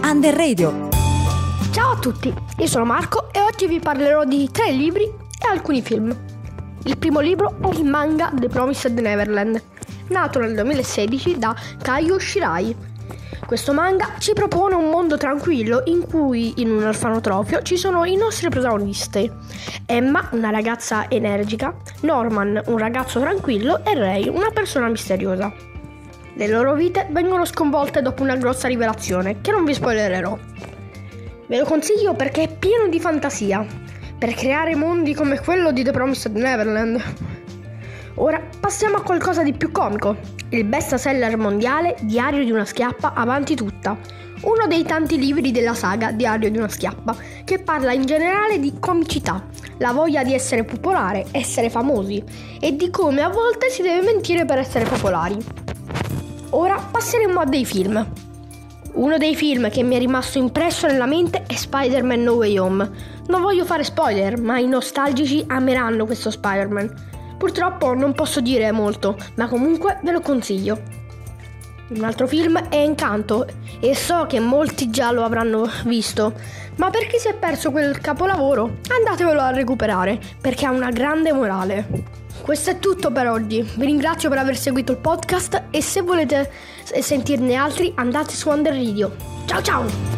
Under Radio. Ciao a tutti, io sono Marco e oggi vi parlerò di 3 libri e alcuni film. Il primo libro è il manga The Promised Neverland, nato nel 2016 da Kaio Shirai. Questo manga ci propone un mondo tranquillo in cui in un orfanotrofio ci sono i nostri protagonisti: Emma, una ragazza energica, Norman, un ragazzo tranquillo e Ray, una persona misteriosa. Le loro vite vengono sconvolte dopo una grossa rivelazione che non vi spoilererò. Ve lo consiglio perché è pieno di fantasia, per creare mondi come quello di The Promised Neverland. Ora passiamo a qualcosa di più comico, il bestseller mondiale Diario di una schiappa avanti tutta, uno dei tanti libri della saga Diario di una schiappa, che parla in generale di comicità, la voglia di essere popolare, essere famosi e di come a volte si deve mentire per essere popolari. Ora passeremo a dei film. Uno dei film che mi è rimasto impresso nella mente è Spider-Man No Way Home. Non voglio fare spoiler, ma i nostalgici ameranno questo Spider-Man. Purtroppo non posso dire molto, ma comunque ve lo consiglio. Un altro film è Encanto e so che molti già lo avranno visto, ma per chi si è perso quel capolavoro, andatevelo a recuperare perché ha una grande morale. Questo è tutto per oggi, vi ringrazio per aver seguito il podcast e se volete sentirne altri andate su Under Radio. Ciao ciao!